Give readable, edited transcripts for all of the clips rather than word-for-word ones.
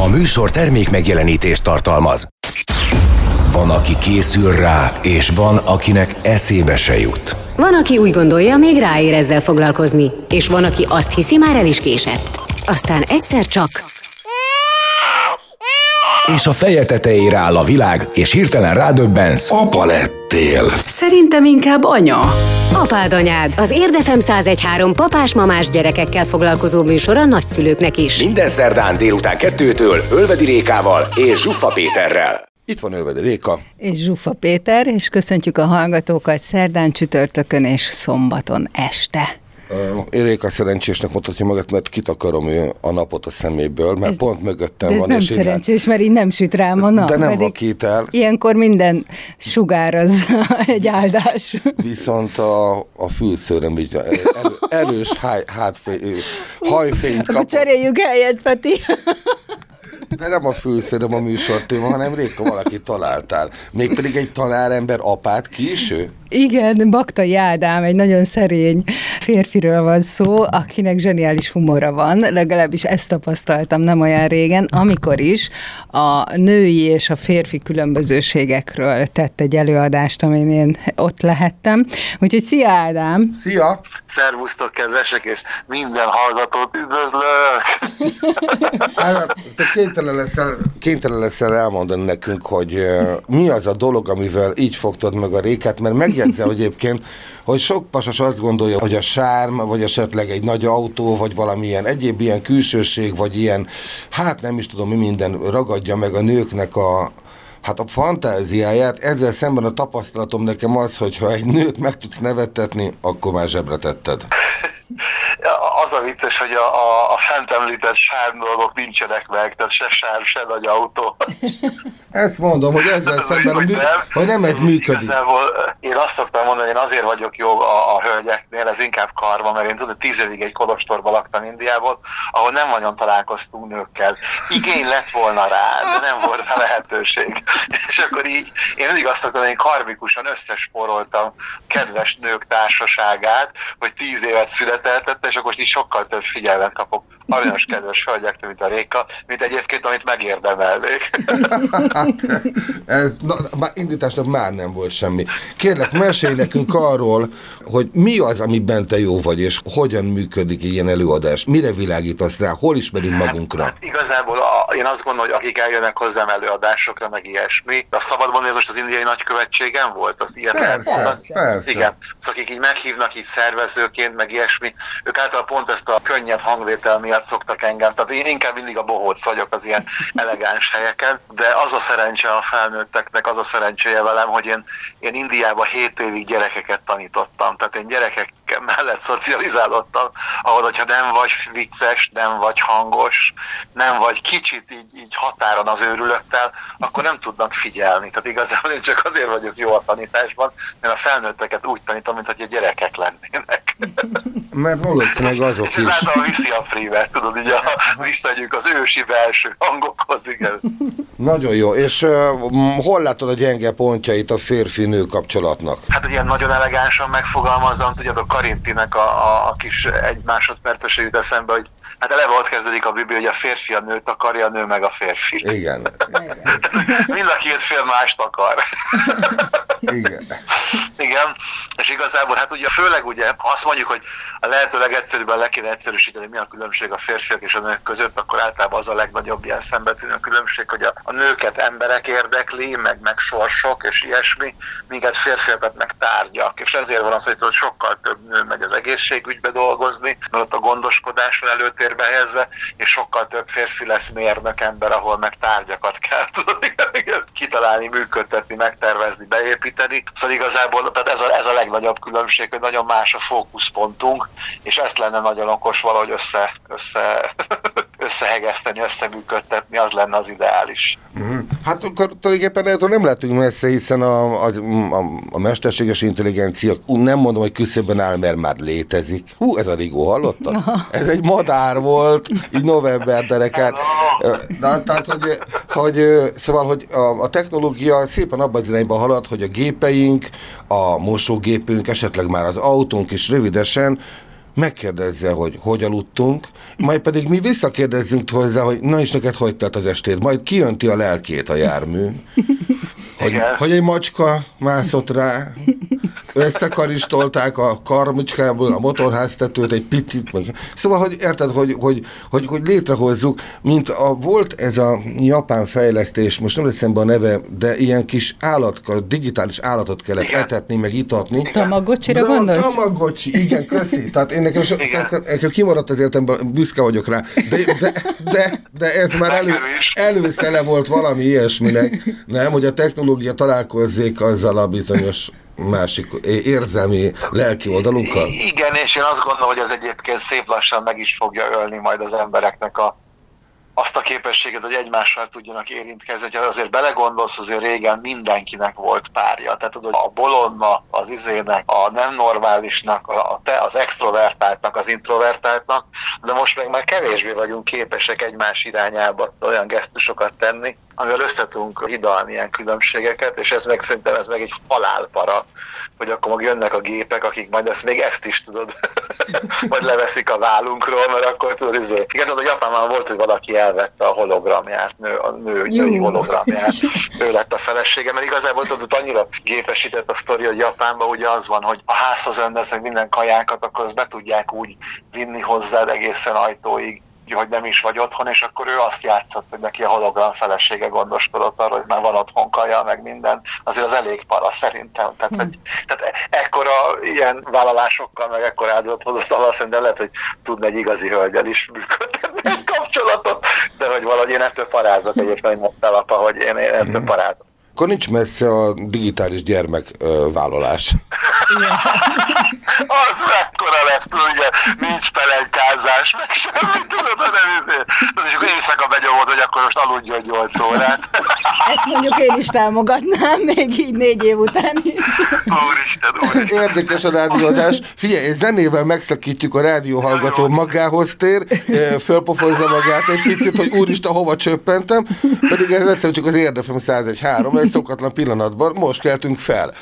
A műsor termék megjelenítést tartalmaz. Van, aki készül rá, és van, akinek eszébe se jut. Van, aki úgy gondolja, még ráér ezzel foglalkozni, és van, aki azt hiszi, már el is késett. Aztán egyszer csak... És a feje tetejére áll a világ, és hirtelen rádöbbensz. Apa lettél. Szerintem inkább anya. Apád anyád, az Érdefem 101.3 papás-mamás gyerekekkel foglalkozó műsor a nagyszülőknek is. Minden szerdán délután 2-től Ölvedi Rékával és Zsuffa Péterrel. Itt van Ölvedi Réka. És Zsuffa Péter, és köszöntjük a hallgatókat szerdán, csütörtökön és szombaton este. Én Réka szerencsésnek mutatja magát, mert kitakarom a napot a szeméből, mert pont mögöttem van. Ez nem szerencsés, mert így nem süt rám a nap. De nem vakít el. Ilyenkor minden sugár az egy áldás. Viszont a fülszőröm így erős hajfényt kap. Akkor cseréljük helyet, Peti. De nem a fülszőröm a műsortéma, hanem Réka, valaki találtál. Mégpedig egy tanárember apát, ki is ő? Igen, Baktai Ádám, egy nagyon szerény férfiről van szó, akinek zseniális humora van, legalábbis ezt tapasztaltam nem olyan régen, amikor is a női és a férfi különbözőségekről tett egy előadást, amin én ott lehettem. Úgyhogy szia, Ádám! Szia! Szervusztok, kedvesek, és minden hallgatót üdvözlök! Te kénytelen leszel elmondani nekünk, hogy mi az a dolog, amivel így fogtad meg a Rékát, mert megjegyzem egyébként, hogy sok pasas azt gondolja, hogy a sárm, vagy esetleg egy nagy autó, vagy valamilyen egyéb ilyen külsőség, vagy ilyen, hát nem is tudom mi minden ragadja meg a nőknek a fantáziáját. Ezzel szemben a tapasztalatom nekem az, hogy ha egy nőt meg tudsz nevettetni, akkor már zsebre tetted. Az a vicces, hogy a fent említett sárm dolgok nincsenek meg, tehát se sárm, se nagy autó. Ezt mondom, hogy ezzel szemben, hogy nem ez működik. Igazából én azt szoktam mondani, hogy én azért vagyok jó a hölgyeknél, ez inkább karma, mert én tudom, 10 évig egy kolostorban laktam Indiából, ahol nem nagyon találkoztunk nőkkel. Igény lett volna rá, de nem volt rá lehetőség. És akkor így, én mindig azt szoktam, hogy én karmikusan összespóroltam kedves nők társaságát, hogy 10 évet születeltette, és akkor most így sokkal több figyelmet kapok aranyos kedves hölgyektől, mint a Réka, mint egyébként, amit megérdemelnék. Indításnak már nem volt semmi. Kérlek, mesélj nekünk arról, hogy mi az, amiben te jó vagy, és hogyan működik ilyen előadás. Mire világítasz rá? Hol ismerünk magunkra? Hát igazából én azt gondolom, hogy akik eljönnek hozzám előadásokra, meg ilyesmi, de a szabad mondani, ez most az indiai nagykövetségem volt? Az ilyet persze. Igen. Szóval akik így meghívnak így szervezőként, meg ilyesmi, ők általában pont ezt a könnyed hangvétel miatt szoktak engem. Tehát én inkább mindig a bohóc vagyok az ilyen elegáns helyeken, de az a szerencse a felnőtteknek, az a szerencséje velem, hogy én Indiában 7 évig gyerekeket tanítottam. Tehát én gyerekek mellett szocializálódtam, ahol, hogyha nem vagy vicces, nem vagy hangos, nem vagy kicsit így határon az őrülöttel, akkor nem tudnak figyelni. Tehát igazából én csak azért vagyok jó a tanításban, mert a felnőtteket úgy tanítom, mint hogy a gyerekek lennének. Mert valószínűleg azok is. Ezáltal viszi a frivet, tudod, így visszagyünk az ősi belső hangokhoz, igen. Nagyon jó. És hol látod a gyenge pontjait a férfi-nő kapcsolatnak? Hát ilyen nagyon elegánsan megfogalmazom, tudjátok, Karintinek a kis egy másodpercese jut eszembe, hogy hát eleve ott kezdődik a Biblia, hogy a férfi a nőt akarja, a nő meg a férfi. Igen. Mind a két fél mást akar. Igen. Igen, és igazából hát ugye főleg ugye, ha azt mondjuk, hogy a lehető legegyszerűbben le kéne egyszerűsíteni, mi a különbség a férfiak és a nők között, akkor általában az a legnagyobb ilyen szembetűnő különbség, hogy a nőket emberek érdekli, meg sorsok és ilyesmi, minket férfiakat meg tárgyak. És ezért van az, hogy sokkal több nő megy az egészségügybe dolgozni, mert ott a gondoskodás van előtérbe helyezve, és sokkal több férfi lesz mérnök ember, ahol meg tárgyakat kell kitalálni, működtetni, megtervezni, beépíteni. Szóval igazából tehát ez a legnagyobb különbség, hogy nagyon más a fókuszpontunk, és ezt lenne nagyon okos valahogy összehegeszteni, összeműködtetni, az lenne az ideális. Hát akkor tulajdonképpen nem lehetünk messze, hiszen a mesterséges intelligencia, nem mondom, hogy küszöbben áll, mert már létezik. Ez a Rigó, hallottad? Ez egy madár volt, így november derekán. Tehát, szóval, hogy a technológia szépen abban az irányban halad, hogy a gépeink, a mosógépünk, esetleg már az autónk is rövidesen megkérdezze, hogy aludtunk, majd pedig mi visszakérdezzünk hozzá, hogy na és neked hogy telt az estét, majd kijönti a lelkét a jármű, hogy egy macska mászott rá, összekaristolták a karmicskából a motorháztetőt egy picit. Szóval, hogy érted, hogy létrehozzuk, mint volt ez a japán fejlesztés, most nem lesz a neve, de ilyen kis digitális állatot kellett etetni, meg itatni. Tamagotchira gondolsz? Tamagotchi, igen, köszi. Tehát én nekem kimaradt az életemben, büszke vagyok rá. De ez már előszele volt valami ilyesminek, nem, hogy a technológia találkozzék azzal a bizonyos másik érzelmi, lelki oldalunkkal? Igen, és én azt gondolom, hogy ez egyébként szép lassan meg is fogja ölni majd az embereknek azt a képességet, hogy egymással tudjanak érintkezni. Ha azért belegondolsz, azért régen mindenkinek volt párja. Tehát tudod, a bolondnak, az izének, a nem normálisnak, az extrovertáltnak, az introvertáltnak, de most meg már kevésbé vagyunk képesek egymás irányába olyan gesztusokat tenni, amivel össze tudunk hidalni ilyen különbségeket, és ez meg szerintem ez meg egy halálpara, hogy akkor meg jönnek a gépek, akik majd ezt is tudod, vagy leveszik a vállunkról, mert akkor tudod, igazán a Japánban volt, hogy valaki elvette a hologramját, a női hologramját, ő lett a felesége, mert igazából tudod, annyira gépesített a sztori, hogy Japánban ugye az van, hogy a házhoz rendeznek minden kajákat, akkor azt be tudják úgy vinni hozzád egészen ajtóig, hogy nem is vagy otthon, és akkor ő azt játszott, hogy neki a hologram felesége gondoskodott arra, hogy már van otthon kaja, meg minden. Azért az elég para szerintem. Tehát ekkora ilyen vállalásokkal, meg ekkora áldozat hozott de lehet, hogy tudna egy igazi hölgyel is működtetni egy kapcsolatot, de hogy valahogy én ettől parázok egyébként, mondtál apa, hogy én ettől parázok. Akkor nincs messze a digitális gyermekvállalás. Az mekkora lesz, ugye, nincs pelenkázás, meg semmit, tudod, nem izé. És akkor éjszaka benyomod, hogy akkor most aludjon 8 órát. Ezt mondjuk én is támogatnám, még így 4 év után is. Úristen. Érdekes a rádióadás. Figyelj, egy zenével megszakítjuk a rádióhallgató magához tér, fölpofozza magát egy picit, hogy úristen, hova csöppentem, pedig ez egyszerűen csak az Érdefem 101.3, egy szokatlan pillanatban, most keltünk fel.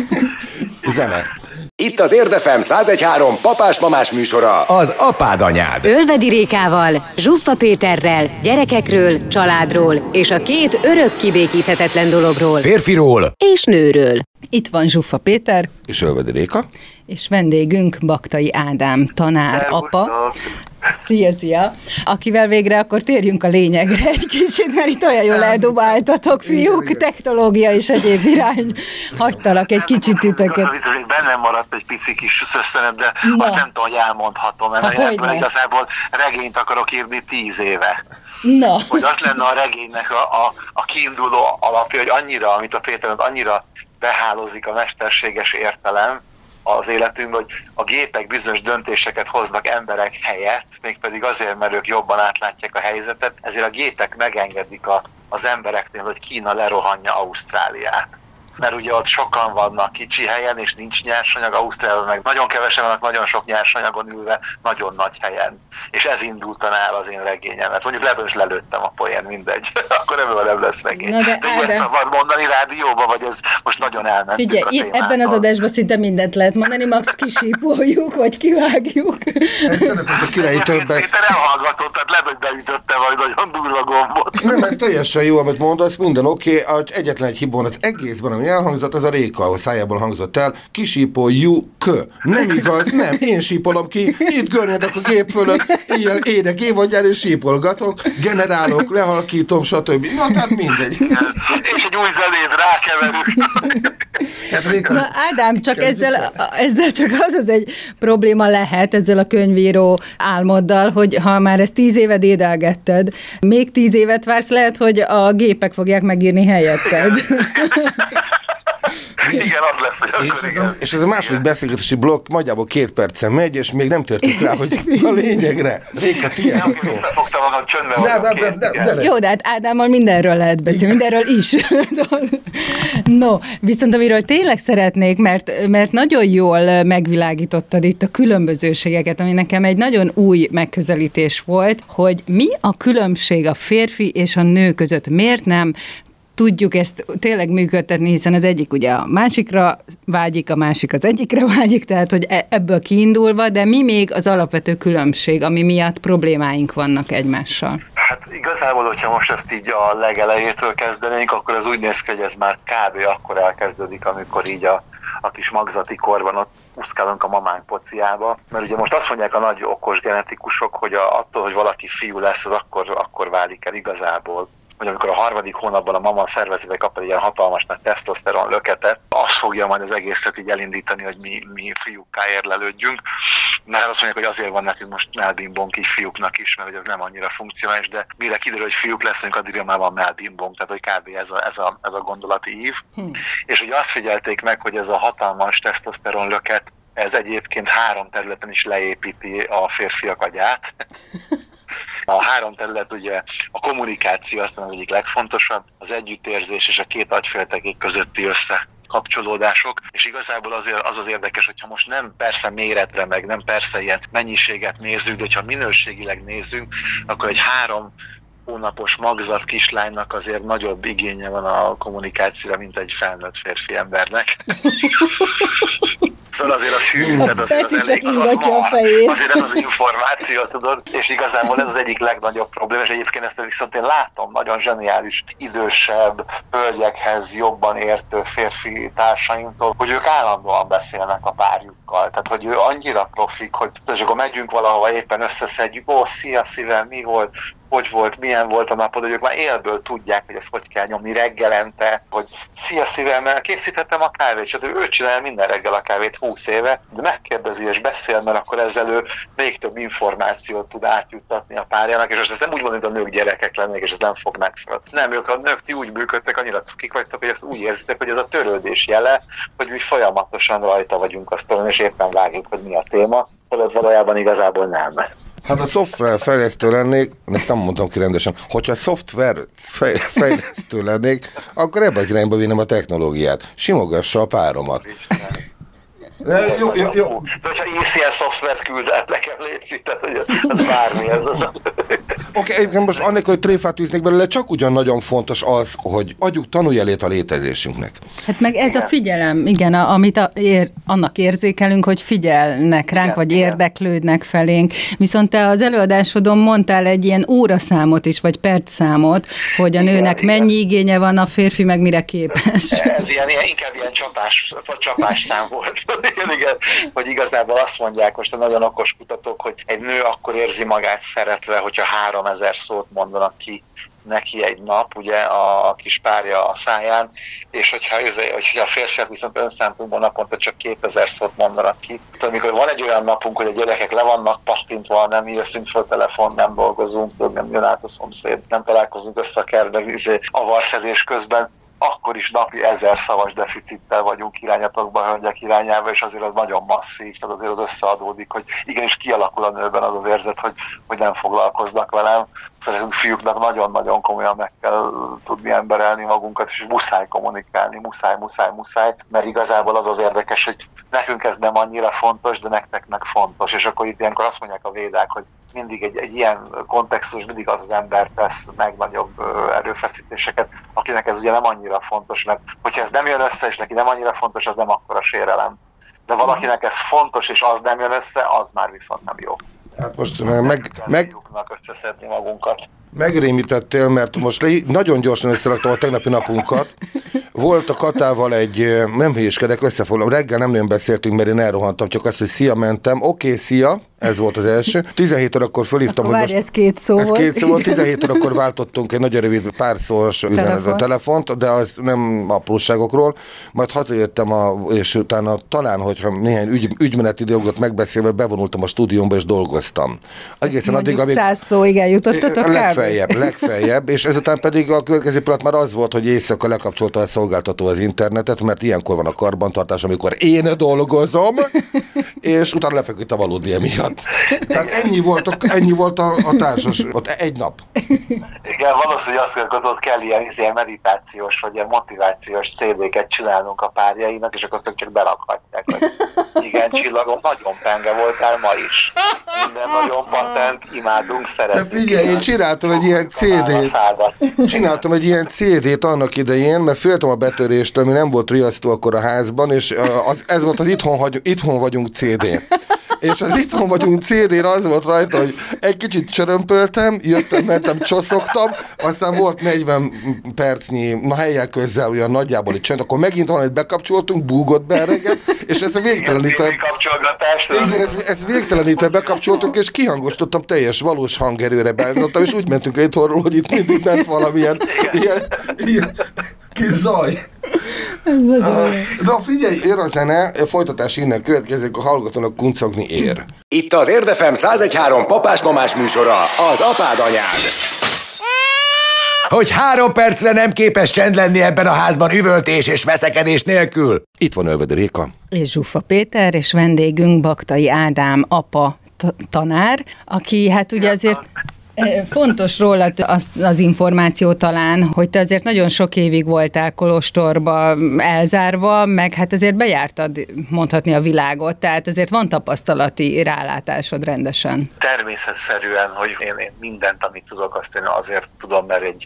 Zene. Itt az Érdefem 101.3 papás-mamás műsora, az Apád Anyád. Ölvedi Rékával, Zsuffa Péterrel, gyerekekről, családról és a 2 örök kibékíthetetlen dologról. Férfiról És nőről. Itt van Zsuffa Péter. És Ölvedi Réka. És vendégünk Baktai Ádám, tanár, apa. Szia! Akivel végre akkor térjünk a lényegre egy kicsit, mert itt olyan jól eldobáltatok, fiúk, technológia és egyéb irány. Hagytalak egy kicsit titeket. Az bennem maradt egy pici kis szösszenet, de azt nem tudom, hogy elmondhatom, mert én ebből igazából regényt akarok írni 10 éve. Na. Hogy az lenne a regénynek a kiinduló alapja, hogy annyira, amit a Péter mond, annyira behálózik a mesterséges értelem az életünkben, hogy a gépek bizonyos döntéseket hoznak emberek helyett, mégpedig azért, mert ők jobban átlátják a helyzetet, ezért a gépek megengedik az embereknél, hogy Kína lerohanja Ausztráliát. Mert ugye ott sokan vannak kicsi helyen, és nincs nyersanyag, Ausztráliában meg nagyon kevesen vannak, nagyon sok nyersanyagon ülve, nagyon nagy helyen. És ez indultan el az én regényemet. Mondjuk lehet, hogy lelőttem a poén, mindegy. Akkor ebből nem lesz regény. De ilyet szabad mondani rádióba, vagy ez most nagyon elmentünk. Figyelj, ebben az adásban szinte mindent lehet mondani, max kisípoljuk, vagy kivágjuk. Ez a királyi többet. Péter elhallgatott, tehát lehet, hogy beütötte vagy nagyon durva gombot. Nem, ez teljesen jó, amit mondasz, minden oké. Egyetlen egy hibon az egészben, ami elhangzott, az a Réka szájából hangzott el, kisípoljuk. Nem igaz, nem, én sípolom ki, itt görnyedek a gép fölött, ilyen ének évadján, és sípolgatok, generálok, lehalkítom, stb. Na, tehát mindegy. És egy új zenét rákeverünk. Na Ádám, csak ezzel csak az egy probléma lehet, ezzel a könyvíró álmoddal, hogy ha már ezt 10 éve dédelgetted, még 10 évet vársz, lehet, hogy a gépek fogják megírni helyetted. Igen, az lesz, hogy akkor igen. És ez a második beszélgetési blokk nagyjából 2 percen megy, és még nem törtük rá, hogy a lényegre. Réka, tiéd a szó. Visszafogtam magam, csöndben vagyok. Jó, de hát Ádámmal mindenről lehet beszélni, mindenről is. No, viszont amiről tényleg szeretnék, mert nagyon jól megvilágítottad itt a különbözőségeket, ami nekem egy nagyon új megközelítés volt, hogy mi a különbség a férfi és a nő között. Miért nem tudjuk ezt tényleg működtetni, hiszen az egyik ugye a másikra vágyik, a másik az egyikre vágyik, tehát hogy ebből kiindulva, de mi még az alapvető különbség, ami miatt problémáink vannak egymással? Hát igazából, hogyha most ezt így a legelejétől kezdenénk, akkor az úgy néz ki, hogy ez már kb. Akkor elkezdődik, amikor így a kis magzati korban ott úszkálunk a mamánk pociába, mert ugye most azt mondják a nagy okos genetikusok, hogy attól, hogy valaki fiú lesz, az akkor válik el igazából. Hogy amikor a 3. hónapban a mama szervezete kap egy ilyen hatalmas nagy tesztoszteron löketet, az fogja majd az egészet így elindítani, hogy mi fiúkká érlelődjünk. Mert azt mondják, hogy azért van nekünk most melbimbónk így fiúknak is, mert hogy ez nem annyira funkcionális, de mire kiderül, hogy fiúk leszünk, addigra már van melbimbónk, tehát hogy kb. Ez a gondolati ív. És ugye azt figyelték meg, hogy ez a hatalmas tesztoszteron löket, ez egyébként 3 területen is leépíti a férfiak agyát. A 3 terület ugye a kommunikáció, aztán az egyik legfontosabb, az együttérzés és a 2 agyféltekék közötti összekapcsolódások, és igazából azért az érdekes, hogyha most nem persze méretre, meg nem persze ilyen mennyiséget nézzük, de hogyha minőségileg nézzünk, akkor egy 3 hónapos magzat kislánynak azért nagyobb igénye van a kommunikációra, mint egy felnőtt férfi embernek. Szóval azért az hű, tehát azért az elég, azért ez az információ, tudod, és igazából ez az egyik legnagyobb probléma, és egyébként ezt viszont én látom nagyon zseniális, idősebb, hölgyekhez jobban értő férfi társaimtól, hogy ők állandóan beszélnek a párjukkal, tehát hogy ő annyira profik, hogy és akkor megyünk valahova, éppen összeszedjük, szia szívem, mi volt, hogy volt, milyen volt a napod, hogy ők már élből tudják, hogy ezt hogy kell nyomni reggelente, hogy szia szívem, készítettem a kávét, és ő csinálja minden reggel a kávét 20 éve, de megkérdezi és beszél, mert akkor ezzel ő még több információt tud átjuttatni a párjának, és most ezt nem úgy mondani, hogy a nők gyerekek lennék, és ez nem fognak fel. Nem, ők a nők, ti úgy működtek, annyira cukik vagytok, hogy ezt úgy érzitek, hogy ez a törődés jele, hogy mi folyamatosan rajta vagyunk asztalon, és éppen vágjuk, hogy mi a téma, holott valójában igazából nem. Hát a szoftverfejlesztő lennék, ezt nem mondtam ki rendesen, hogyha szoftverfejlesztő lennék, akkor ebben az irányba vinném a technológiát. Simogassa a páromat. De hogyha ACL szoftvert küldett nekem létszik, tehát hogy az bármi ez az. Oké, egyébként most annélkül, hogy tréfát űznék belőle, csak ugyan nagyon fontos az, hogy adjuk tanújelét a létezésünknek. Hát meg ez a figyelem, igen, amit annak érzékelünk, hogy figyelnek ránk, vagy érdeklődnek felénk. Viszont te az előadásodon mondtál egy ilyen óraszámot is, vagy percszámot, hogy a nőnek mennyi igénye van, a férfi meg mire képes. Ez inkább ilyen csapásszám volt. Igen, hogy igazából azt mondják most a nagyon okos kutatók, hogy egy nő akkor érzi magát szeretve, hogyha 3000 szót mondanak ki neki egy nap, ugye a kis párja a száján, és hogyha a férfiak viszont önszántunkban naponta csak 2000 szót mondanak ki. Tehát amikor van egy olyan napunk, hogy a gyerekek le vannak pattintva, nem veszünk föl telefon, nem dolgozunk, nem jön át a szomszéd, nem találkozunk össze a kertben avarszedés közben, akkor is napi 1000 szavas deficittel vagyunk irányatokban, hölgyek irányába, és azért az nagyon masszív, tehát azért az összeadódik, hogy igenis kialakul a nőben az érzet, hogy nem foglalkoznak velem. Szerintem fiúknak nagyon-nagyon komolyan meg kell tudni emberelni magunkat, és muszáj kommunikálni, muszáj, mert igazából az érdekes, hogy nekünk ez nem annyira fontos, de nektek meg fontos, és akkor itt ilyenkor azt mondják a védák, hogy mindig egy ilyen kontextus, mindig az ember tesz meg nagyobb erőfeszítéseket, akinek ez ugye nem annyira fontos, mert hogyha ez nem jön össze, és neki nem annyira fontos, az nem akkora sérelem. De valakinek ez fontos, és az nem jön össze, az már viszont nem jó. Hát most összeszedni magunkat. Megrémítettél, mert most nagyon gyorsan összeraktam a tegnapi napunkat. Volt a Katával egy, nem hülyéskedek, összefoglalom, reggel nem nagyon beszéltünk, mert én elrohantam, csak azt, hogy szia, mentem. Oké, szia, ez volt az első. 17 órakor fölhívtam, akkor hogy most... ez 2 szó volt. Ez 2 szó volt, 17 órakor váltottunk egy nagyon rövid pár szós telefont, de az nem apróságokról. Majd hazajöttem, és utána talán, hogyha néhány ügymeneti dolgot megbeszélve, bevonultam a stúdiómba, és dolgoztam. Egészen addig, amíg... 100 szó, igen, jutottatok legfeljebb, és ezután pedig a következő pillanat már az volt, hogy éjszaka lekapcsolta a szolgáltató az internetet, mert ilyenkor van a karbantartás, amikor én dolgozom, és utána lefeküdtem aludni emiatt. alatt. Tehát ennyi volt a társas, ott egy nap. Igen, valószínűleg azt mondjuk, hogy ott kell ilyen meditációs, vagy ilyen motivációs CD-ket csinálnunk a párjainak, és akkor azt csak berakhatják, hogy igen, csillagom, nagyon penge voltál ma is. Minden nagyon patent, imádunk, szeretünk. Te figyelj, én csináltam egy ilyen CD-t. Csináltam egy ilyen CD-t annak idején, mert féltem a betöréstől, ami nem volt riasztó akkor a házban, és ez volt az Itthon vagyunk CD. És az Itthon vagyunk CD-n az volt rajta, hogy egy kicsit csörömpöltem, mentem, csoszogtam, aztán volt 40 percnyi, helyjel közzel olyan nagyjából itt csönd, akkor megint valamit bekapcsoltunk, búgott be reggel, és ezt végtelenítve... Igen, ezt végtelenítve bekapcsoltunk, és kihangosítottam teljes valós hangerőre beállítottam, és úgy mentünk el itthonról, hogy itt mindig ment valamilyen ilyen kis zaj. De figyelj, jön a zene, a folytatás innen következik, a hallgatónak kuncogni ér. Itt az Érdefem 101.3 papás-mamás műsora, az apád anyád. Hogy 3 percre nem képes csend lenni ebben a házban üvöltés és veszekedés nélkül. Itt van Ölvedi Réka. És Zsuffa Péter, és vendégünk Baktai Ádám apa tanár, aki hát ugye azért... Fontos róla az információ talán, hogy te azért nagyon sok évig voltál kolostorba elzárva, meg hát azért bejártad mondhatni a világot, tehát azért van tapasztalati rálátásod rendesen. Természetszerűen, hogy én mindent, amit tudok, azt én azért tudom, mert egy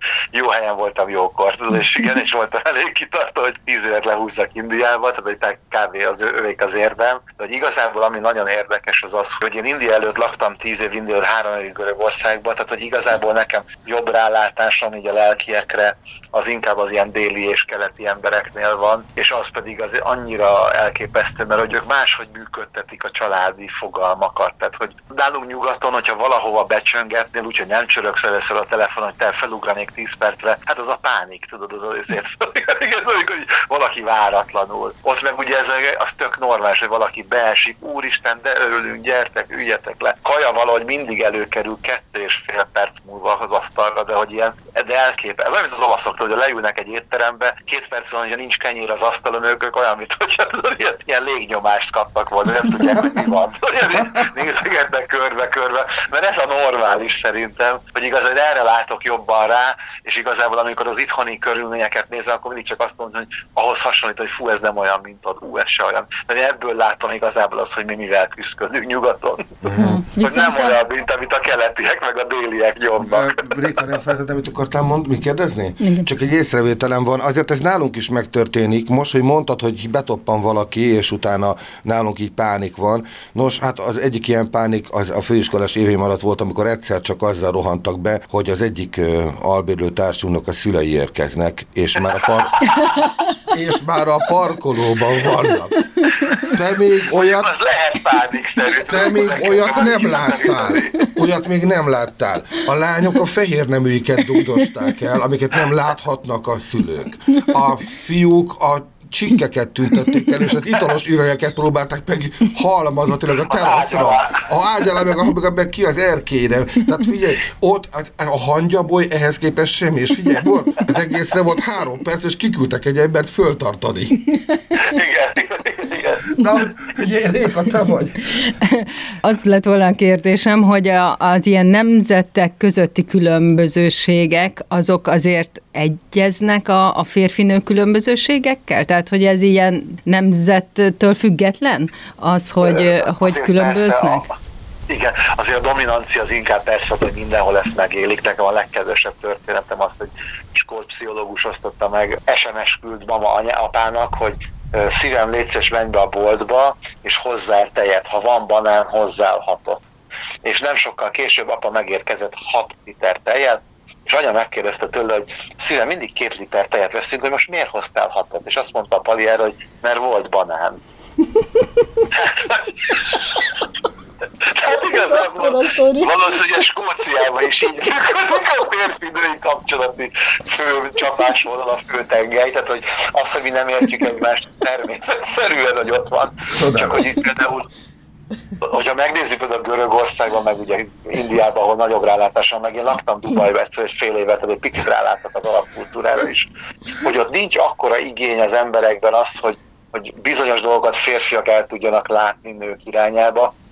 jó helyen voltam jókor, és igen, és voltam elég kitartó, hogy 10 évet lehúzzak Indiába, tehát hogy kb. Az övék az érdem. De hogy igazából ami nagyon érdekes az az, hogy én India előtt laktam 10 év, India előtt 3 évig Görögországban, tehát hogy igazából nekem jobb rálátásom így a lelkiekre, az inkább az ilyen déli és keleti embereknél van, és az pedig az annyira elképesztő, mert hogy ők máshogy működtetik a családi fogalmakat. Tehát, hogy nálunk nyugaton, hogyha valahova becsöngetnél, úgyhogy nem csörögsz először a telefon, hogy te felugranék 10 percre, hát az a pánik, tudod, az azért hogy valaki váratlanul. Ott meg ugye ez az tök normális, hogy valaki beesik, úristen, de örülünk, gyertek, üljetek le. Kaja valahogy mindig előkerül 2,5 perc múlva az asztalra, de hogy ilyen, de elképesztő. Ez olyan, mint az olaszoktól, hogy leülnek egy étterembe, 2 perc van, hogyha nincs kenyér az asztalon, ők olyan, mint hogy ilyen légnyomást kaptak volna, nem tudják, hogy mi van. Nézgetnek körbe-körbe, mert ez a normális szerintem, hogy igazából erre látok jobban rá, és igazából amikor az itthoni körülményeket nézem, akkor mindig csak azt mondom, hogy ahhoz hasonlít, hogy fú, ez nem olyan, mint ott, ez se olyan. De ebből látom igazából azt, hogy mi mivel küzdködünk nyugaton. Hogy nem olyan, mint amit a keletiek meg a déliek nyomnak. Réka, nem feltettem, amit akartál mi kérdezni? Igen. Csak egy észrevételem van, azért ez nálunk is megtörténik. Most, hogy mondtad, hogy betoppan valaki, és utána nálunk így pánik van. Nos, hát az egyik ilyen pánik az a főiskolás éveim alatt volt, amikor egyszer csak azzal rohantak be, hogy az egyik albérlő társunknak a szülei érkeznek, és már a parkolóban vannak. Te még olyat... Az lehet pánikszerű. Te még olyat nem láttál. Olyat még nem láttál. A lányok a fehér neműiket dugdosták el, amiket nem láthatnak a szülők. A fiúk a csikkeket tüntették el, és az italos üvegeket próbálták meg halmazatilag a teraszra. A ágyalá meg ki az erkélyre. Tehát figyelj, ott a hangyaboly ehhez képest semmi, és figyelj, az egészre volt 3 perc, és kiküldtek egy embert föltartani. Igen. Na, ugye Réka, te vagy. Az lett volna a kérdésem, hogy az ilyen nemzetek közötti különbözőségek, azok azért egyeznek a férfinő különbözőségekkel? Tehát, hogy ez ilyen nemzettől független? Az, hogy különböznek? Igen, azért a dominancia az inkább persze, hogy mindenhol ezt megélik. Nekem a legkedvesebb történetem azt, hogy skót pszichológus osztotta meg, SMS küld mama apának, hogy szívem, légy szíves, menj be a boltba, és hozzá tejet. Ha van banán, hozzá 6-ot. És nem sokkal később apa megérkezett 6 liter tejet, és anya megkérdezte tőle, hogy szívem, mindig 2 liter tejet veszünk, hogy most miért hoztál 6-ot? És azt mondta a Pali erre, hogy mert volt banán. Tehát igazából valószínűleg Skóciában is így a férfi-női kapcsolati fő csapásvonal, a fő tengely, tehát hogy azt, hogy mi nem értjük egymást, természetszerűen, hogy ott van. Csak hogy itt például, hogyha megnézzük például Görögországban, meg ugye Indiában, ahol nagyobb rálátás van, meg én laktam Dubajban egy fél évet, tehát egy picit ráláttak az alapkultúrára is, hogy ott nincs akkora igény az emberekben az, hogy bizonyos dolgokat férfiak el tudjanak látni nők irányába,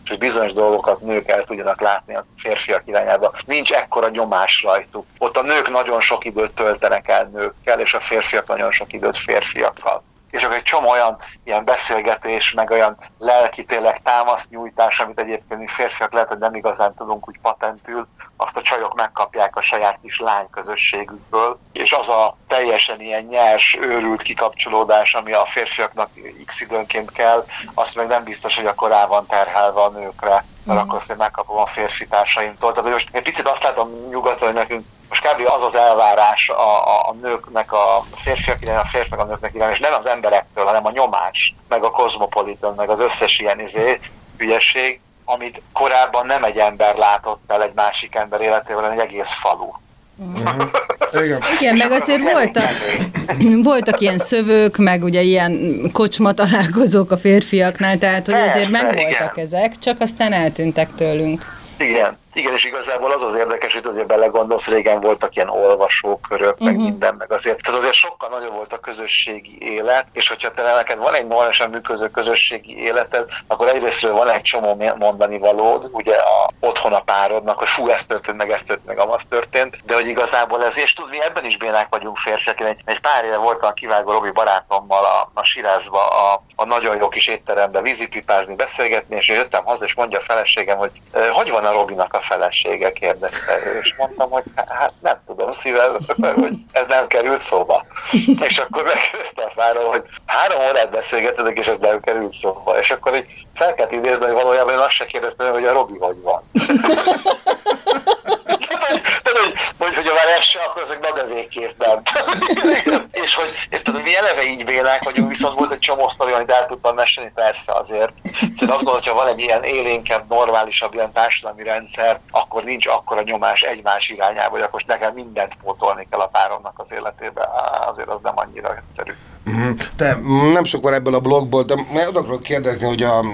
és hogy bizonyos dolgokat nők el tudjanak látni a férfiak irányába. Nincs ekkora nyomás rajtuk. Ott a nők nagyon sok időt töltenek el nőkkel, és a férfiak nagyon sok időt férfiakkal. És akkor egy csomó olyan ilyen beszélgetés, meg olyan lelki tényleg támasznyújtás, amit egyébként mi férfiak lehet, hogy nem igazán tudunk úgy patentül, azt a csajok megkapják a saját kis lányközösségükből, és az a teljesen ilyen nyers, őrült kikapcsolódás, ami a férfiaknak x időnként kell, azt meg nem biztos, hogy akkor rá van terhelve a nőkre, mert akkor azt én megkapom a férfi társaimtól. Tehát most egy picit azt látom nyugaton, hogy nekünk most kb. Az az elvárás a nőknek, a férfiak irány, a férfiak a nőknek irány, és nem az emberektől, hanem a nyomás, meg a Cosmopolitan, meg az összes ilyen hülyeség, amit korábban nem egy ember látott el egy másik ember életében, hanem egy egész falu. Igen, meg azért voltak ilyen szövők, meg ugye ilyen kocsma találkozók a férfiaknál, tehát hogy azért megvoltak ezek, csak aztán eltűntek tőlünk. Igen, és igazából az érdekes, hogy azért belegondolsz, régen voltak ilyen olvasókörök, meg minden, meg azért. Tehát azért sokkal nagyobb volt a közösségi élet, és hogyha te neked van egy normálisan működő közösségi életed, akkor egyrésztről van egy csomó mondani valód, ugye otthon a párodnak, hogy fú, ez történt, meg amaz történt, de hogy igazából ez, és tudod, mi ebben is bénák vagyunk férfiak. Én egy pár éve voltam a Kivágó Robi barátommal a Sirázba, a nagyon jó kis étterembe vízipipázni, beszélgetni, és jöttem haza, és mondja a feleségem, hogy van a Robinak a felesége, kérdezte ő, és mondtam, hogy hát nem tudom szívvel, hogy ez nem került szóba. És akkor megkérdezte a fáról, hogy 3 órát beszélgetetek, és ez nem került szóba. És akkor így fel kellett idézni, hogy valójában én azt se kérdeztem, hogy a Robi hogy van. Tehát, hogy már ez se, akkor ezek na de végképp nem. És hogy tudod, mi eleve így bénák vagyunk, viszont volt egy csomó sztori, amit el tudtam mesélni, persze azért. Szóval azt gondolom, hogyha van egy ilyen élénkebb, normálisabb ilyen társadalmi rendszer, akkor nincs akkora nyomás egymás irányába, hogy akkor nekem mindent pótolni kell a páromnak az életébe. Azért az nem annyira egyszerű. De nem sok van ebből a blogból, de meg akarok kérdezni, hogy a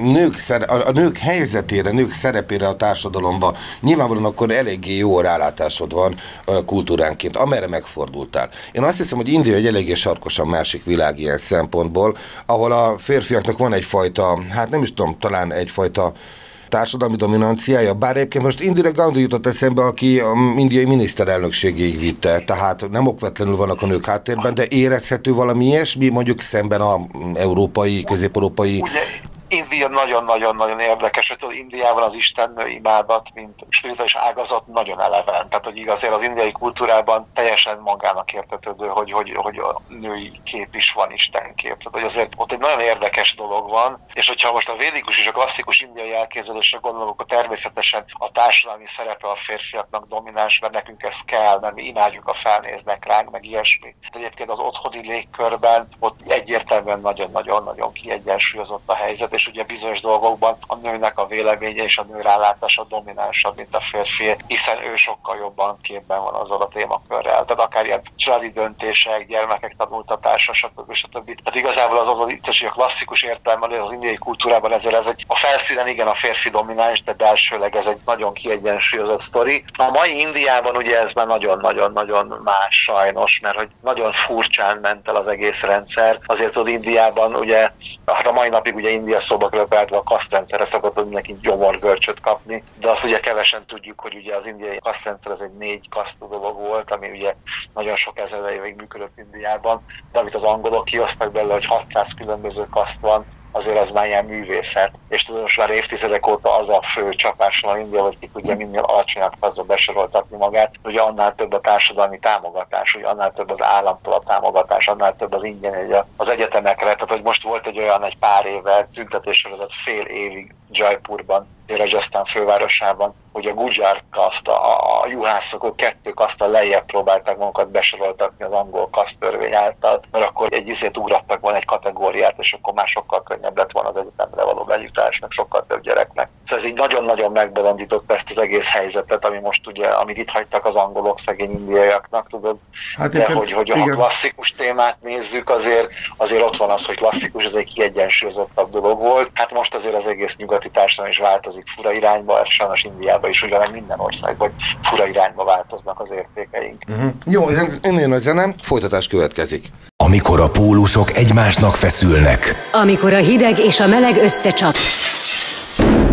nők helyzetére, nők szerepére a társadalomban nyilvánvalóan akkor eléggé jó rálátásod van kultúránként, amerre megfordultál. Én azt hiszem, hogy India egy eléggé sarkosan másik világ ilyen szempontból, ahol a férfiaknak van egyfajta, hát nem is tudom, talán egyfajta társadalmi dominanciája, bár egyébként most Indira Gandhi jutott eszembe, aki a indiai miniszterelnökségéig vitte, tehát nem okvetlenül vannak a nők háttérben, de érezhető valami ilyesmi, mondjuk szemben a európai, közép-európai... India nagyon-nagyon-nagyon érdekes, hogy az Indiában az istennő imádat, mint spirituális ágazat nagyon eleven. Tehát, hogy azért az indiai kultúrában teljesen magának értetődő, hogy a női kép is van istenkép. Tehát, hogy azért ott egy nagyon érdekes dolog van, és hogyha most a védikus és a klasszikus indiai elképzelésre gondolok, akkor természetesen a társadalmi szerepe a férfiaknak domináns, mert nekünk ez kell, mert mi imádjuk, a felnéznek ránk, meg ilyesmi. De egyébként az otthoni légkörben ott egyértelműen nagyon-nagyon kiegyensúlyozott a helyzet, és ugye bizonyos dolgokban a nőnek a véleménye és a nő rálátása dominánsabb, mint a férfi, hiszen ő sokkal jobban képben van azzal a témakörrel. Tehát akár ilyen családi döntések, gyermekek tanultatása, stb. Tehát igazából az vicces, hogy a klasszikus értelemben az indiai kultúrában ez a felszínen igen a férfi domináns, de belsőleg ez egy nagyon kiegyensúlyozott sztori. A mai Indiában ugye ez már nagyon-nagyon más sajnos, mert hogy nagyon furcsán ment el az egész rendszer. Azért az Indiában ugye, hát a mai napig ugye India szóba kerülve a kasztrendszerre szokott mindenki gyomorgörcsöt kapni, de azt ugye kevesen tudjuk, hogy ugye az indiai kasztrendszer az egy 4 kasztú dolog volt, ami ugye nagyon sok ezer évig működött Indiában, de amit az angolok kihoztak belőle, hogy 600 különböző kaszt van, azért az már ilyen művészet. És tudom, most már évtizedek óta az a fő csapás van India, hogy ki tudja minél alacsonyabb kasztba besoroltatni magát, ugye annál több a társadalmi támogatás, ugye annál több az államtól a támogatás, annál több az ingyen az egyetemekre. Tehát, hogy most volt egy pár éve tüntetéssorozat fél évig Jaipurban, Rajasztán fővárosában, hogy a Gujar kaszt, a juhászok 2 kaszttal lejjebb próbálták magukat besoroltatni az angol kaszttörvény által, mert akkor egy ugrattak volna egy kategóriát, és akkor már sokkal könnyebb lett volna az egyetemre való bejutásnak, sokkal több gyereknek. Szóval ez így nagyon-nagyon megbolondított ezt az egész helyzetet, ami most ugye, amit itt hagytak az angolok szegény indiaiaknak, tudod. Hát de hogy a klasszikus témát nézzük, azért ott van az, hogy klasszikus, ez egy kiegyensúlyozottabb dolog volt. Hát most azért az egész nyugati társadalom is változik fura irányba, és sajnos Indiában is, ugye meg minden országban fura irányba változnak az értékeink. Jó, innen a zene, folytatás következik. Amikor a pólusok egymásnak feszülnek. Amikor a hideg és a meleg összecsap.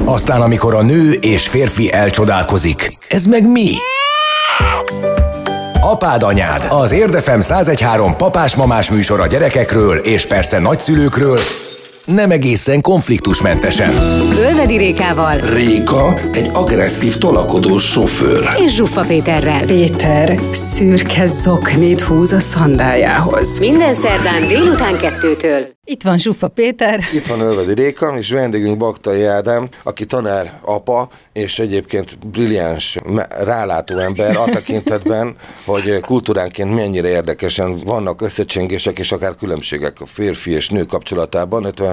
Aztán amikor a nő és férfi elcsodálkozik, ez meg mi? Apád anyád, az Érd FM 101.3 papás-mamás műsor a gyerekekről és persze nagyszülőkről, nem egészen konfliktusmentesen. Ölvedi Rékával. Réka egy agresszív tolakodó sofőr. És Zsuffa Péterrel. Péter szürke zoknit húz a szandájához. Minden szerdán délután 2-től. Itt van Zsuffa Péter. Itt van Ölvedi Réka, és vendégünk Baktai Ádám, aki tanár apa, és egyébként brilliáns, rálátó ember a tekintetben, hogy kultúránként mennyire érdekesen vannak összecsengések és akár különbségek a férfi és nő kapcsolatában, illetve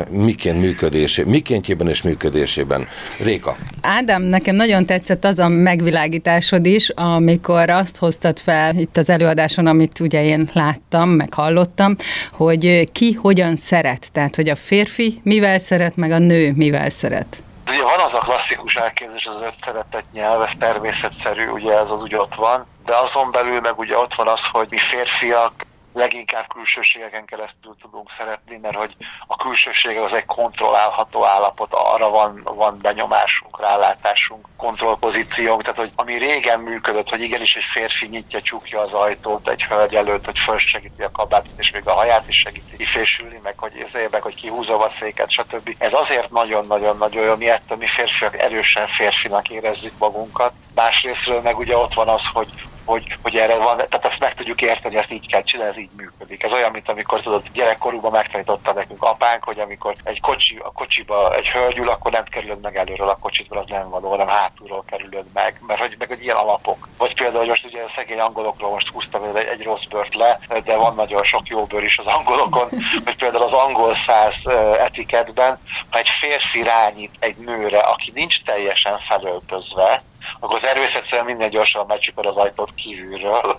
mikéntjében és működésében. Réka. Ádám, nekem nagyon tetszett az a megvilágításod is, amikor azt hoztad fel itt az előadáson, amit ugye én láttam, meg hallottam, hogy ki hogyan szeret. Tehát, hogy a férfi mivel szeret, meg a nő mivel szeret. Ugye van az a klasszikus elképzelés, az 5 szeretett nyelv, ez természetszerű, ugye ez az úgy ott van, de azon belül meg ugye ott van az, hogy mi férfiak leginkább külsőségeken keresztül tudunk szeretni, mert hogy a külsőség az egy kontrollálható állapot, arra van benyomásunk, rálátásunk, kontrollpozíciónk, tehát hogy ami régen működött, hogy igenis egy férfi nyitja, csukja az ajtót egy hölgy előtt, hogy fölsegíti a kabátot, és még a haját is segíti kifésülni, meg hogy kihúzom a széket, stb. Ez azért nagyon-nagyon-nagyon jó, mi ettől mi férfiak erősen férfinak érezzük magunkat. Másrésztről meg ugye ott van az, hogy erre van, tehát ezt meg tudjuk érteni, ezt így kell csinálni, ez így működik. Ez olyan, mint amikor tudod, gyerekkorúban megtanította nekünk apánk, hogy amikor a kocsiba egy hölgy ül, akkor nem kerülöd meg előről a kocsit, mert az nem való, hanem hátulról kerülöd meg, mert hogy ilyen alapok. Vagy például, hogy most ugye a szegény angolokról most húztam egy rossz bört le, de van nagyon sok jó bőr is az angolokon, hogy például az angol száz etikettben, ha egy férfi rányít egy nőre, aki nincs teljesen felöltözve, akkor természetesen minden gyorsan megcsukod az ajtót kívülről,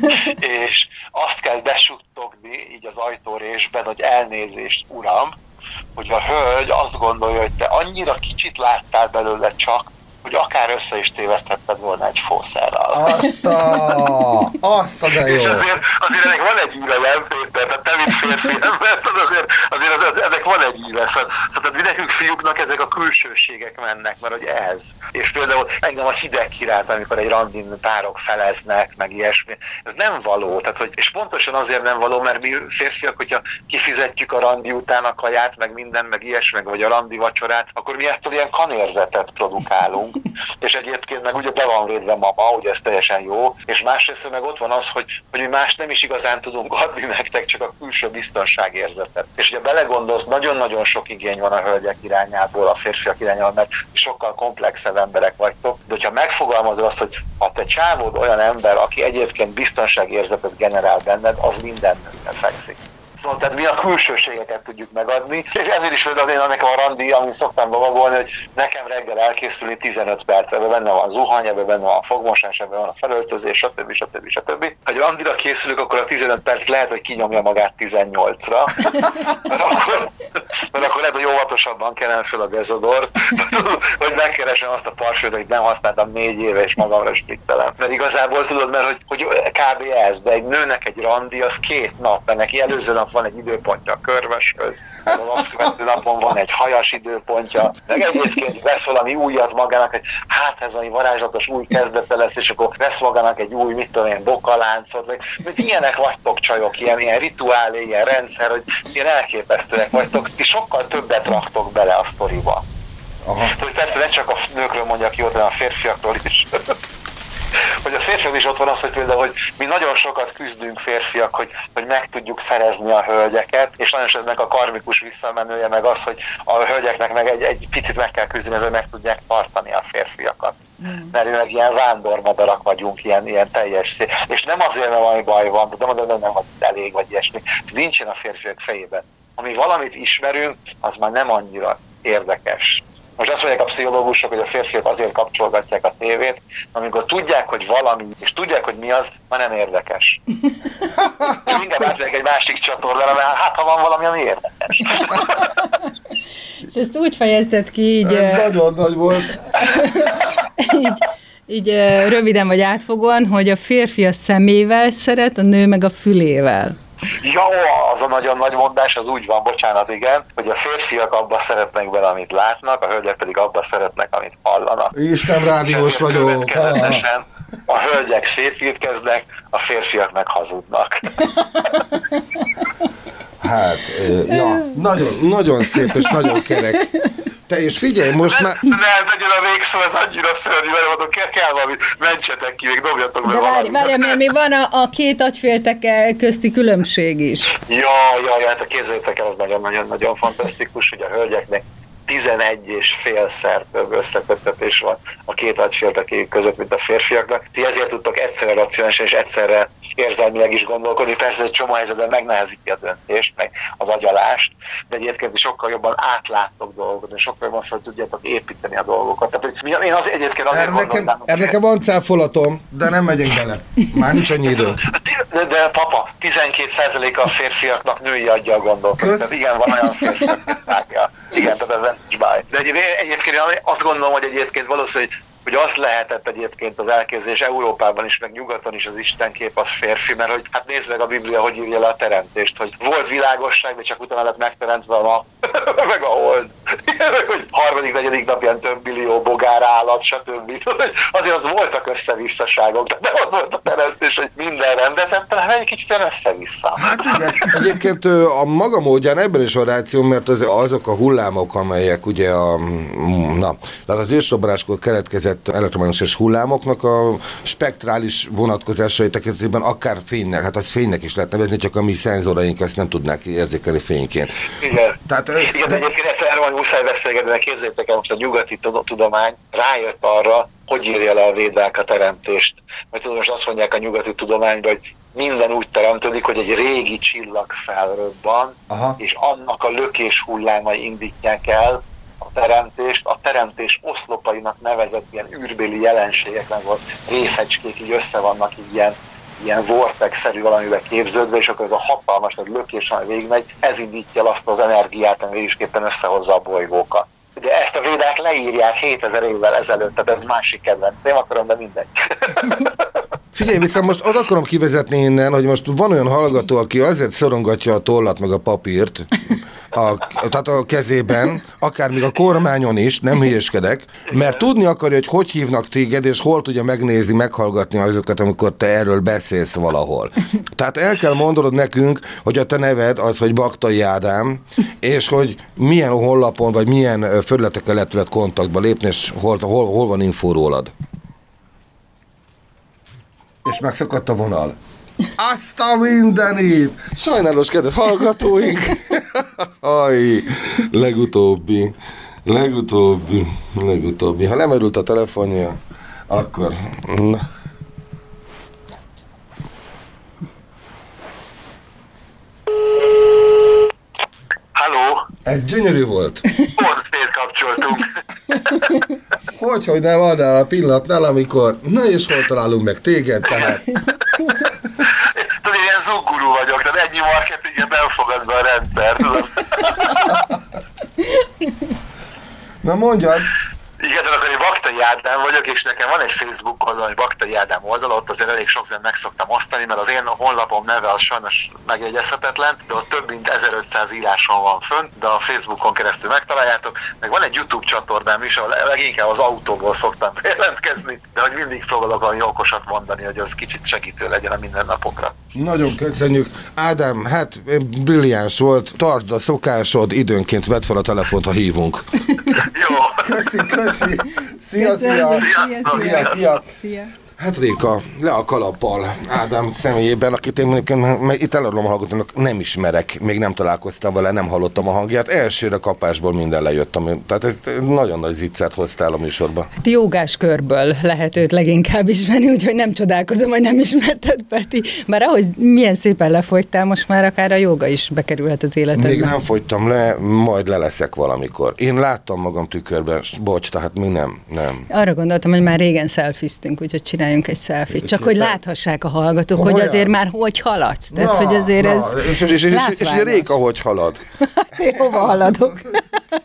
és azt kell besuttogni így az ajtórésben, hogy elnézést, uram, hogy a hölgy azt gondolja, hogy te annyira kicsit láttál belőle csak, hogy akár össze is téveszthetted volna egy fószerrel. Azt a de jó. És azért ennek van egy íve, nem Péter, tehát te mint férfi ember, azért ennek van egy íve. Szóval mi nekünk fiúknak ezek a külsőségek mennek, mert hogy ez. És például engem a hideg királt, amikor egy randin párok feleznek, meg ilyesmi. Ez nem való. Tehát, és pontosan azért nem való, mert mi férfiak, hogyha kifizetjük a randi után a kaját, meg minden, meg ilyesmi, vagy a randi vacsorát, akkor mi ettől ilyen kanérzetet produkálunk. És egyébként meg ugye be van védve mama, ugye ez teljesen jó, és másrészt meg ott van az, hogy mi más nem is igazán tudunk adni nektek, csak a külső biztonságérzetet. És ugye belegondolsz, nagyon-nagyon sok igény van a hölgyek irányából, a férfiak irányából, mert sokkal komplexebb emberek vagytok, de hogyha megfogalmazol azt, hogy ha te csávod olyan ember, aki egyébként biztonságérzetet generál benned, az minden nőre fekszik. Szóval tehát mi a külsőségeket tudjuk megadni, és ezért is például én nekem a randi, amin szoktam lovagolni, hogy nekem reggel elkészülni 15 perc, ebben benne van zuhany, ebben benne van a fogmosás, ebben van a felöltözés, stb. Ha randira készülök, akkor a 15 perc lehet, hogy kinyomja magát 18-ra, mert akkor lehet, hogy óvatosabban kenem fel a dezodort, hogy megkeresem azt a parsőt, hogy nem használtam 4 éve, és magamra sprittelem. Mert igazából tudod, mert hogy kb. Ez, de egy nőnek egy randi az 2 nap, mert neki előző nap van egy időpontja a körmöshöz, a azt követő napon van egy hajas időpontja, meg egyébként vesz valami újat magának, hogy hát ez valami varázslatos új kezdete lesz, és akkor vesz magának egy új, mit tudom én, bokaláncot, vagy ilyenek vagytok csajok, ilyen rituálé, ilyen rendszer, hogy ilyen elképesztőek vagytok, ti sokkal többet raktok bele a sztoriba. Hogy persze ne csak a nőkről mondjak jót, hanem a férfiakról is. Hogy a férfiak is ott van az, hogy például, hogy mi nagyon sokat küzdünk férfiak, hogy meg tudjuk szerezni a hölgyeket, és nagyon ennek a karmikus visszamenője meg az, hogy a hölgyeknek meg egy picit meg kell küzdeni, hogy meg tudják tartani a férfiakat. Mert mi meg ilyen vándormadarak vagyunk, ilyen teljes szép. És nem azért, mert valami baj van, de nem azért, nem vagy elég, vagy ilyesmi. Ez nincsen a férfiak fejében. Ami valamit ismerünk, az már nem annyira érdekes. Most azt mondják a pszichológusok, hogy a férfiak azért kapcsolgatják a tévét, amikor tudják, hogy valami, és tudják, hogy mi az, már nem érdekes. Inkább átmegyek egy másik csatornára, mert hát ha van valami, ami érdekes. És ezt úgy fejezted ki, így... Ez nagyon nagy volt. így röviden vagy átfogóan, hogy a férfi a szemével szeret, a nő meg a fülével. Ja, az a nagyon nagy mondás, az úgy van, bocsánat, igen, hogy a férfiak abba szeretnek bele, amit látnak, a hölgyek pedig abba szeretnek, amit hallanak. Isten rádiós vagyok. A hölgyek szépítkeznek, a férfiak meg hazudnak. Hát, ja, nagyon, nagyon szép és nagyon kerek. Te és figyelj, most már... Nem, tegyen a végszó, ez annyira szörnyű, mert mondom, kell valamit, mentsetek ki, még dobjatok be valamit. De várj, mert még van a két agyféltek közti különbség is. Ja, hát képzeljétek el, az nagyon-nagyon fantasztikus, hogy a hölgyeknek 11,5-szer több összeköttetés van a két agyféltekéjük között, mint a férfiaknak. Ti ezért tudtok egyszerre racionálisan és egyszerre érzelmileg is gondolkodni. Persze egy csomó helyzetben megnehezíti a döntést, meg az agyalást, de egyébként sokkal jobban átláttok dolgokat, és sokkal jobban fel tudjátok építeni a dolgokat. Tehát én egyébként azért gondoltam... Nekem van cáfolatom, de nem megyek bele. Már nincs annyi időnk. De papa, 12%-a a férfiaknak női aggyal gondolkodik. Tehát igen, van olyan férfiak, igen, tehát ebben nincs baj. De egyébként azt gondolom, hogy egyébként valószínűleg, hogy az lehetett egyébként az elképzelés Európában is, meg nyugaton is az istenkép az férfi, mert hogy hát nézd meg a Biblia, hogy írja le a teremtést, hogy volt világosság, de csak utána lett megteremtve a nap, meg a hold. Meg hogy harmadik, negyedik napján több millió bogár állat, stb. Azért az voltak összevisszaságok, de nem az volt a teremtés, hogy minden rendezett, hanem egy kicsit össze-vissza. Hát igen. Egyébként a maga módján ebben is van ráció, mert azok a hullámok, amelyek ugye tehát az ősrobbanáskor keletkezett elektromágneses hullámoknak a spektrális vonatkozásai tekintetében akár fénynek, hát az fénynek is lehet nevezni, csak a mi szenzoraink ezt nem tudnák érzékelni fényként. Igen, igen, egyébként erről van muszáj beszélgetni, képzeljétek el, most a nyugati tudomány rájött arra, hogy írja le a védák a teremtést. Mert tudom, most azt mondják a nyugati tudományban, hogy minden úgy teremtődik, hogy egy régi csillag felrobban, és annak a lökés hullámai indítják el a teremtés oszlopainak nevezett ilyen űrbéli jelenségeknek volt részecskék, így össze vannak így ilyen vortex-szerű valamivel képződve, és akkor ez a hatalmas lökés, ami végigmegy, ez indítja el azt az energiát, ami végigképpen összehozza a bolygókat. De ezt a védák leírják 7000 évvel ezelőtt, tehát ez másik kedvenc. Nem akarom, de mindegy. Figyelj, viszont most oda akarom kivezetni innen, hogy most van olyan hallgató, aki azért szorongatja a tollat meg a papírt, tehát a kezében, akár még a kormányon is, nem hülyeskedek, mert tudni akarja, hogy hívnak téged, és hol tudja megnézni, meghallgatni azokat, amikor te erről beszélsz valahol. Tehát el kell mondanod nekünk, hogy a te neved az, hogy Baktai Ádám, és hogy milyen honlapon, vagy milyen felületekkel lehet kontaktba lépni, és hol van infó rólad. És megszakadt a vonal. Azt a mindenit! Sajnálos, kedves hallgatóink! Aj, legutóbbi. Ha nem örült a telefonja, akkor... Halló? Ez gyönyörű volt. Pont szétkapcsoltunk. Hogy nem annál a pillanatnál, amikor... Na és hol találunk meg téged, tehát... Tudod, én ilyen zuggurú vagyok, tehát ennyi marketinget nem fogad be a rendszer, tudod? Na mondjad. Igen, de akkor én Baktai Ádám vagyok, és nekem van egy Facebook oldal, egy Baktai Ádám oldal, ott azért elég sok mindent meg szoktam osztani, mert az én honlapom neve az sajnos megjegyezhetetlen, de ott több mint 1500 íráson van fönn, de a Facebookon keresztül megtaláljátok. Meg van egy YouTube csatornám is, ahol leginkább az autóból szoktam jelentkezni, de hogy mindig próbálok valami okosat mondani, hogy az kicsit segítő legyen a mindennapokra. Nagyon köszönjük. Ádám, hát brilliáns volt, tartsd a szokásod, időnként vedd fel a telefont, ha hívunk. Jó. Köszi. Szia. Hát Réka, le a kalappal Ádám személyében, akit én mondjuk itt eladom a hallgatónak, nem ismerek, még nem találkoztam vele, nem hallottam a hangját, elsőre kapásból minden lejött, tehát ez nagyon nagy zicsert hoztál a műsorba. Hát jogás körből lehet őt leginkább ismerni, úgyhogy nem csodálkozom, hogy nem ismerted, Peti. Bár ahogy milyen szépen lefogytál, most már akár a jóga is bekerülhet az életedbe. Még nem fogytam le, majd le leszek valamikor. Én láttam magam tükörben, bocs, tehát még nem. Arra gondoltam, hogy már régen szelfiztünk, úgyhogy csináljunk egy szelfit. Csak hogy láthassák a hallgatók, komolyan? Hogy azért már hogy haladsz. Tehát, hogy azért ez és Réka hogy halad? Én hova haladok?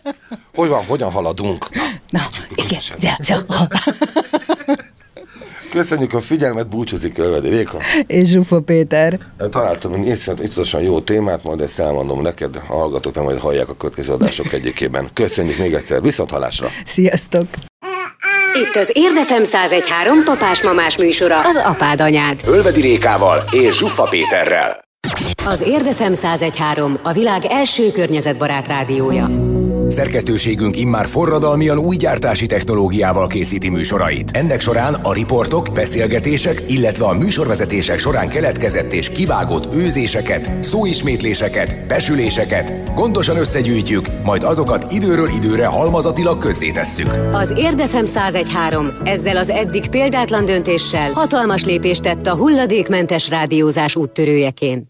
hogyan haladunk? Na igen. Köszönjük a figyelmet, búcsúzik Ölvedi Réka. És Zsufa Péter. Találtam egy iszonyatosan jó témát, majd ezt elmondom neked, a hallgatók meg majd hallják a következő adások egyikében. Köszönjük még egyszer, viszonthallásra! Sziasztok! Itt az Érdefem 101.3 papás-mamás műsora, az apád anyád. Ölvedi Rékával és Zsuffa Péterrel. Az Érdefem 101.3 a világ első környezetbarát rádiója. Szerkesztőségünk immár forradalmian új gyártási technológiával készíti műsorait. Ennek során a riportok, beszélgetések, illetve a műsorvezetések során keletkezett és kivágott őzéseket, szóismétléseket, besüléseket gondosan összegyűjtjük, majd azokat időről időre halmazatilag közzétesszük. Az Érdefem 101.3 ezzel az eddig példátlan döntéssel hatalmas lépést tett a hulladékmentes rádiózás úttörőjeként.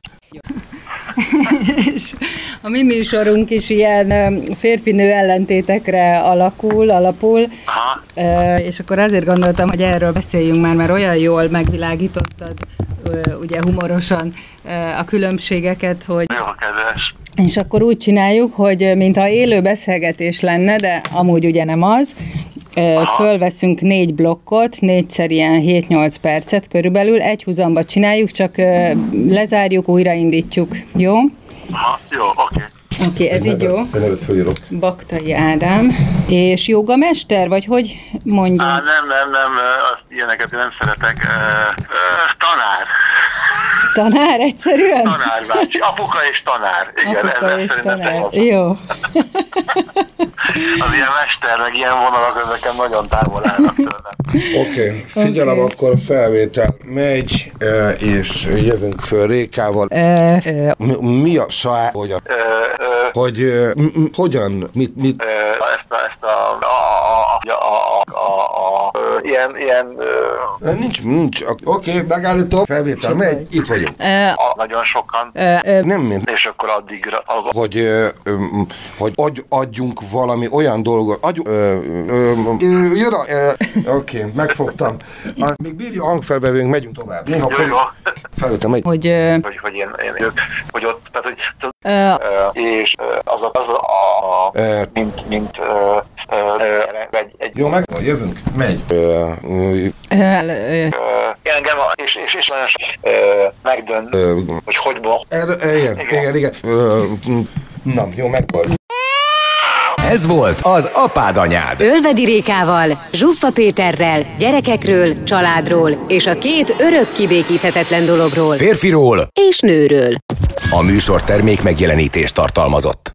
És a mi műsorunk is ilyen férfi-nő ellentétekre alapul, és akkor azért gondoltam, hogy erről beszéljünk már, mert olyan jól megvilágítottad, ugye humorosan a különbségeket, hogy... Jó, kedves. És akkor úgy csináljuk, hogy mintha élő beszélgetés lenne, de amúgy ugye nem az, fölveszünk 4 blokkot, 4-szer ilyen 7-8 percet körülbelül, egy húzamba csináljuk, csak lezárjuk, újraindítjuk, jó? Aha, jó, oké. Oké, ez így jó. Baktai Ádám. És jogamester, vagy hogy mondjuk? Nem, azt ilyeneket én nem szeretek. Tanár. Tanár egyszerűen? Tanár bácsi, apuka és tanár. Igen, apuka és tanár. Jó. Az ilyen mester, meg ilyen vonalak, ezeken nagyon távol állnak tőlem. Oké, figyelem, akkor felvétel megy, és jövünk föl Rékával. Mi a hogyan, mit? Nincs. Oké, megállítom, felvétel megy, itt vagyunk. Nagyon sokan. Nem. És akkor addigra. Hogy adjunk valami olyan dolgot. Oké, megfogtam. Még bírja a hangfelvevőnk, megyünk tovább. Jó. Felvétel megy. Hogy én hogy ott, tehát hogy és mint jó, meg jövünk, megy. Engem és nagyon sok megdönt, hogy Igen. Na, jó, megvolt. Ez volt az apád anyád. Ölvedi Rékával, Zsuffa Péterrel, gyerekekről, családról és a 2 örök kibékíthetetlen dologról. Férfiról és nőről. A műsor termék megjelenítést tartalmazott.